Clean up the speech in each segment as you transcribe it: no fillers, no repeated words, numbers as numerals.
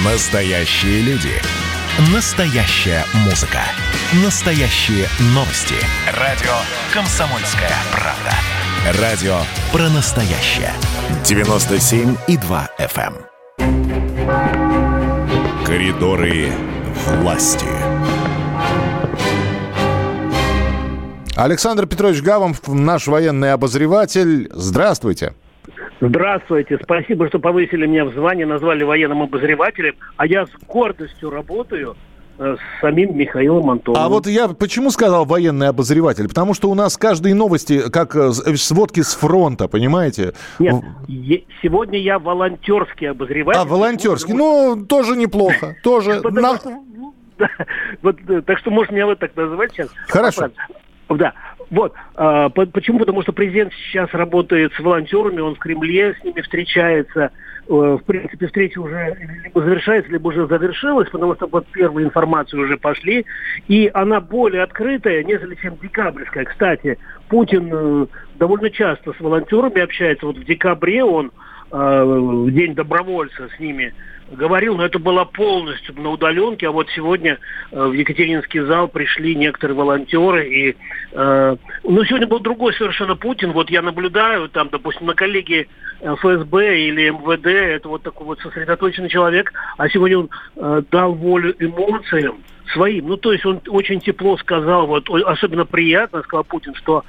Настоящие люди. Настоящая музыка. Настоящие новости. Радио «Комсомольская правда». Радио про настоящее. 97,2 FM. Коридоры власти. Александр Петрович Гамов, наш военный обозреватель. Здравствуйте. Здравствуйте. Спасибо, что повысили меня в звании, назвали военным обозревателем. А я с гордостью работаю с самим Михаилом Антоновым. А вот я почему сказал военный обозреватель? Потому что у нас каждые новости, как сводки с фронта, понимаете? Нет, сегодня я волонтерский обозреватель. А, волонтерский. Ну, тоже неплохо. Тоже. Так что, может, меня вы так называть сейчас? Хорошо. Да. Вот. Почему? Потому что президент сейчас работает с волонтерами, он в Кремле с ними встречается. В принципе, встреча уже либо завершается, либо уже завершилась, потому что вот первые информации уже пошли. И она более открытая, нежели чем декабрьская. Кстати, Путин довольно часто с волонтерами общается. Вот в декабре он в День добровольца с ними говорил, но это было полностью на удаленке, а вот сегодня в Екатерининский зал пришли некоторые волонтеры, и сегодня был другой совершенно Путин, вот я наблюдаю, там, допустим, на коллеге ФСБ или МВД, это вот такой вот сосредоточенный человек, а сегодня он дал волю эмоциям своим, ну, то есть он очень тепло сказал, вот, особенно приятно, сказал Путин, что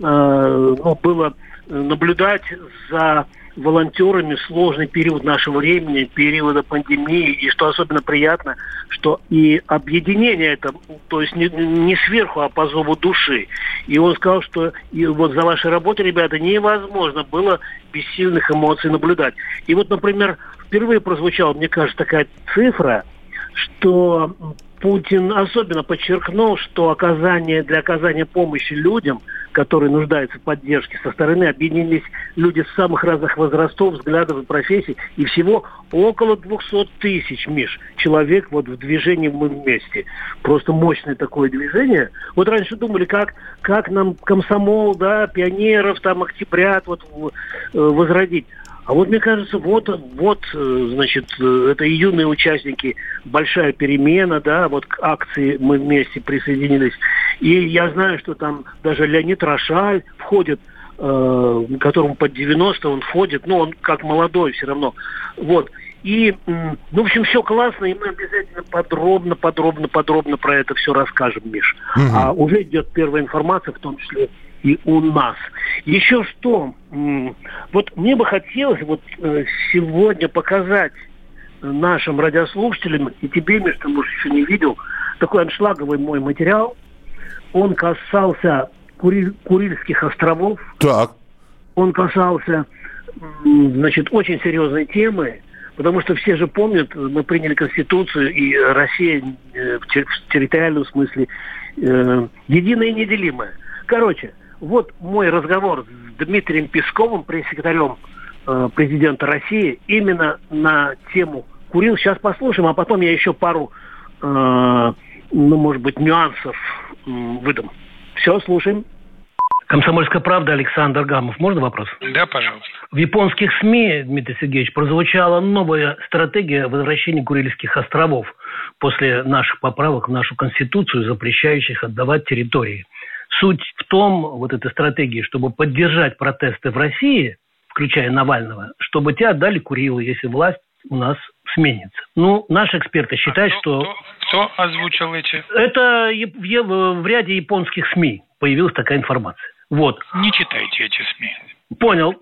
было наблюдать за волонтерами сложный период нашего времени, периода пандемии, и что особенно приятно, что и объединение это, то есть не сверху, а по зову души. И он сказал, что и вот за вашей работой, ребята, невозможно было без сильных эмоций наблюдать. И вот, например, впервые прозвучала, мне кажется, такая цифра, что Путин особенно подчеркнул, что для оказания помощи людям, которые нуждаются в поддержке, со стороны объединились люди с самых разных возрастов, взглядов и профессий, и всего около 200 тысяч, Миш, человек вот в движении «Мы вместе». Просто мощное такое движение. Вот раньше думали, как нам комсомол, да, пионеров, там, октябрят вот возродить. А вот, мне кажется, значит, это и юные участники, большая перемена, да, вот к акции «Мы вместе» присоединились. И я знаю, что там даже Леонид Рошаль входит, которому под 90 он входит, он как молодой все равно. Вот. И, в общем, все классно, и мы обязательно подробно про это все расскажем, Миш. Угу. А уже идет первая информация, в том числе и у нас. Еще что? Вот мне бы хотелось сегодня показать нашим радиослушателям, и тебе, Миш, ты, может, еще не видел, такой аншлаговый мой материал. Он касался Курильских островов. Так. Он касался, значит, очень серьезной темы, потому что все же помнят, мы приняли Конституцию, и Россия в территориальном смысле единая и неделимая. Короче, вот мой разговор с Дмитрием Песковым, пресс-секретарем президента России, именно на тему Курил. Сейчас послушаем, а потом я еще пару, может быть, нюансов выдам. Все, слушаем. «Комсомольская правда», Александр Гамов. Можно вопрос? Да, пожалуйста. В японских СМИ, Дмитрий Сергеевич, прозвучала новая стратегия возвращения Курильских островов после наших поправок в нашу Конституцию, запрещающих отдавать территории. Суть в том, вот этой стратегии, чтобы поддержать протесты в России, включая Навального, чтобы те отдали Курилы, если власть у нас сменится. Наши эксперты считают, что... Кто озвучил эти? Это в ряде японских СМИ появилась такая информация. Вот. Не читайте эти СМИ. Понял.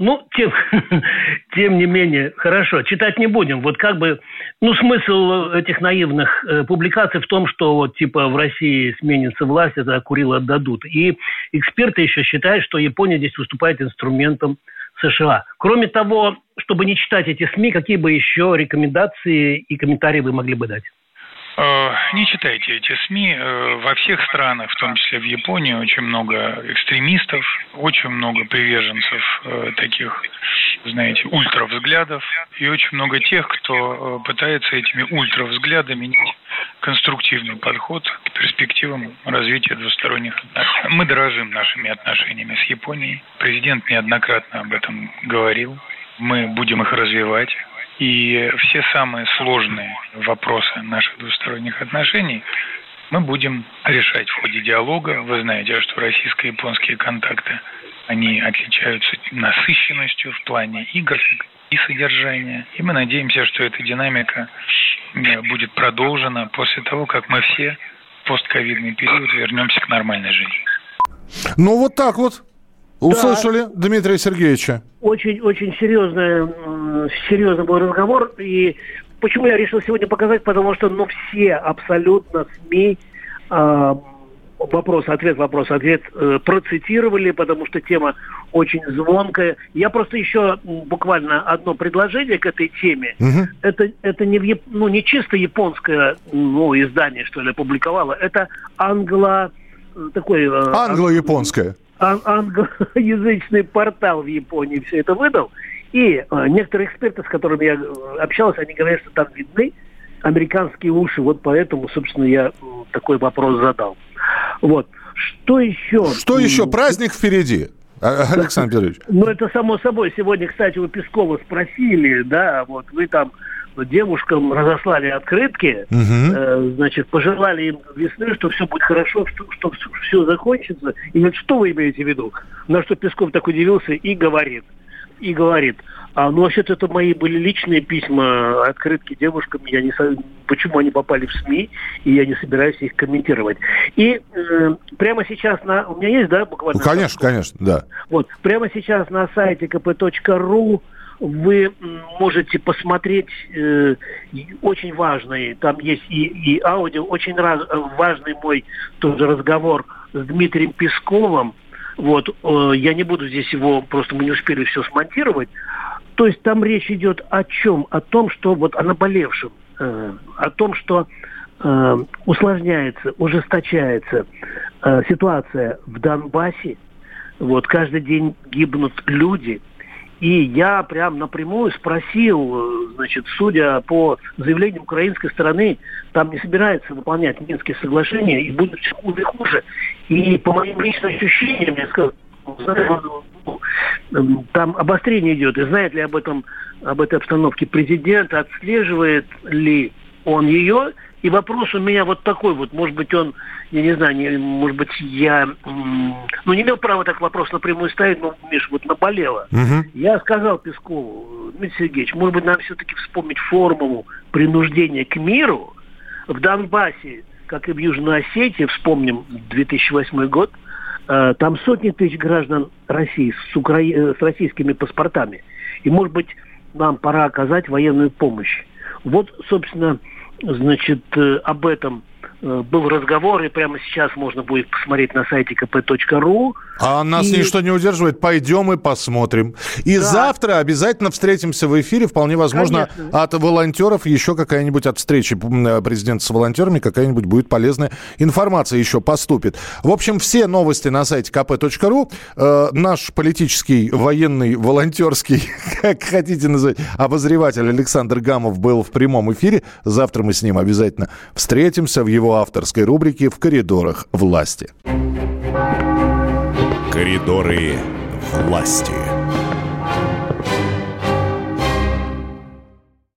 Тем не менее, хорошо, читать не будем. Вот смысл этих наивных публикаций в том, что в России сменится власть, это Курилы отдадут. И эксперты еще считают, что Япония здесь выступает инструментом США. Кроме того, чтобы не читать эти СМИ, какие бы еще рекомендации и комментарии вы могли бы дать? Не читайте эти СМИ. Во всех странах, в том числе в Японии, очень много экстремистов, очень много приверженцев таких, знаете, ультравзглядов, и очень много тех, кто пытается этими ультравзглядами менять конструктивный подход к перспективам развития двусторонних отношений. Мы дорожим нашими отношениями с Японией. Президент неоднократно об этом говорил. Мы будем их развивать. И все самые сложные вопросы наших двусторонних отношений мы будем решать в ходе диалога. Вы знаете, что российско-японские контакты, они отличаются насыщенностью в плане игр и содержания. И мы надеемся, что эта динамика будет продолжена после того, как мы все в постковидный период вернемся к нормальной жизни. Ну, вот так вот. Услышали, да. Дмитрия Сергеевича? Очень серьезный был разговор. И почему я решил сегодня показать? Потому что все абсолютно СМИ вопрос-ответ процитировали, потому что тема очень звонкая. Я просто еще буквально одно предложение к этой теме. Угу. Это не чисто японское издание, что ли, опубликовало. Это англо-японское. Англоязычный портал в Японии все это выдал. И некоторые эксперты, с которыми я общался, они говорят, что там видны американские уши. Вот поэтому, собственно, я такой вопрос задал. Вот. Что еще? Что еще? Праздник впереди, Александр Георгиевич. Это само собой. Сегодня, кстати, у Пескова спросили, да, вот вы там девушкам разослали открытки, пожелали им весны, что все будет хорошо, что все закончится. И говорит, что вы имеете в виду? На что Песков так удивился и говорит, вообще-то это мои были личные письма, открытки девушкам, почему они попали в СМИ, и я не собираюсь их комментировать. И прямо сейчас у меня есть, да, буквально? Конечно, да. Вот, прямо сейчас на сайте kp.ru вы можете посмотреть очень важный, там есть и аудио, очень важный мой тоже разговор с Дмитрием Песковым. Вот, я не буду здесь его, просто мы не успели все смонтировать. То есть там речь идет о чем? О том, что о наболевшем, о том, что усложняется, ужесточается ситуация в Донбассе. Вот, каждый день гибнут люди. И я прям напрямую спросил, судя по заявлениям украинской стороны, там не собирается выполнять Минские соглашения, и будет все хуже и хуже. И по моим личным ощущениям, я сказал, там обострение идет. И знает ли об этой обстановке президент, отслеживает ли он ее? И вопрос у меня вот такой вот, может быть, он, я не знаю, может быть, я не имел права так вопрос напрямую ставить, но, Миш, наболело. Угу. Я сказал Пескову, Дмитрий Сергеевич, может быть, нам все-таки вспомнить формулу принуждения к миру. В Донбассе, как и в Южной Осетии, вспомним 2008 год, там сотни тысяч граждан России с российскими паспортами. И, может быть, нам пора оказать военную помощь. Вот, собственно, об этом был разговор, и прямо сейчас можно будет посмотреть на сайте kp.ru. А нас ничто не удерживает. Пойдем и посмотрим. И завтра обязательно встретимся в эфире. Вполне возможно, конечно, от волонтеров еще какая-нибудь, от встречи президента с волонтерами, какая-нибудь будет полезная информация еще поступит. В общем, все новости на сайте kp.ru. Наш политический, военный, волонтерский, как хотите называть, обозреватель Александр Гамов был в прямом эфире. Завтра мы с ним обязательно встретимся в его авторской рубрике «В коридорах власти». Коридоры власти.